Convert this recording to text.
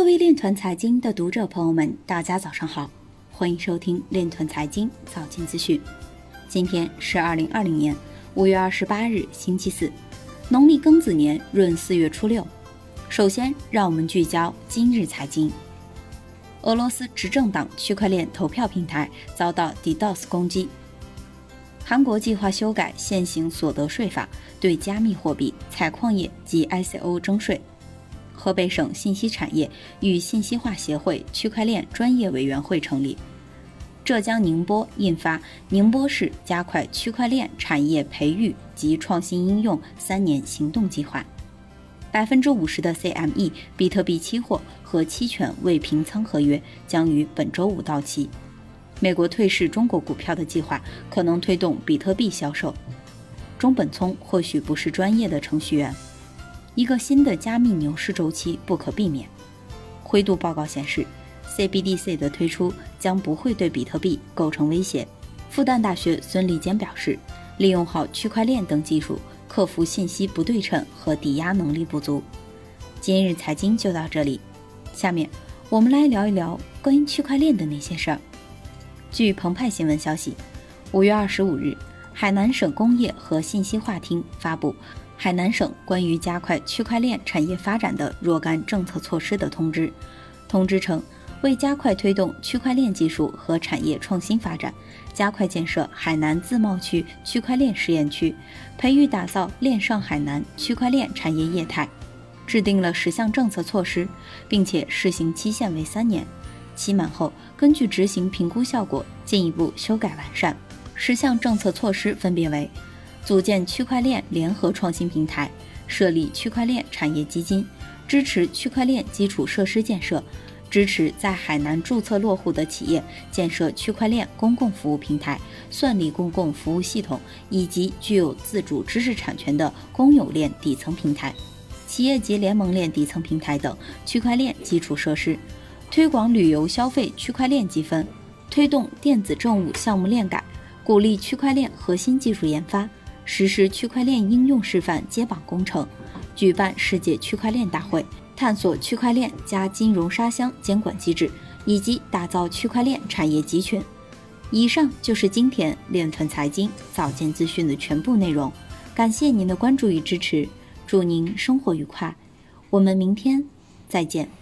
位链团财经的读者朋友们，大家早上好，欢迎收听链团财经早间资讯。今天是2020年5月28日，星期四，农历庚子年闰4月初6。首先，让我们聚焦今日财经。俄罗斯执政党区块链投票平台遭到 DDoS 攻击。韩国计划修改现行所得税法，对加密货币、采矿业及 ICO 征税。河北省信息产业与信息化协会区块链专业委员会成立。浙江宁波印发《宁波市加快区块链产业培育及创新应用3年行动计划》。50%的 CME 比特币期货和期权未平仓合约将于本周五到期。美国退市中国股票的计划可能推动比特币销售。中本聪或许不是专业的程序员。一个新的加密牛市周期不可避免。灰度报告显示 CBDC 的推出将不会对比特币构成威胁。复旦大学孙立坚表示，利用好区块链等技术，克服信息不对称和抵押能力不足。今日财经就到这里，下面我们来聊一聊关于区块链的那些事儿。据澎湃新闻消息，5月25日，海南省工业和信息化厅发布海南省关于加快区块链产业发展的若干政策措施的通知。通知称，为加快推动区块链技术和产业创新发展，加快建设海南自贸区区块链试验区，培育打造链上海南区块链产业业态，制定了10项政策措施，并且试行期限为3年。期满后，根据执行评估效果，进一步修改完善。10项政策措施分别为：组建区块链联合创新平台，设立区块链产业基金，支持区块链基础设施建设，支持在海南注册落户的企业建设区块链公共服务平台、算力公共服务系统以及具有自主知识产权的公有链底层平台、企业级联盟链底层平台等区块链基础设施，推广旅游消费区块链积分，推动电子政务项目链改，鼓励区块链核心技术研发，实施区块链应用示范接榜工程，举办世界区块链大会，探索区块链加金融沙箱监管机制，以及打造区块链产业集群。以上就是今天链团财经早间资讯的全部内容，感谢您的关注与支持，祝您生活愉快，我们明天再见。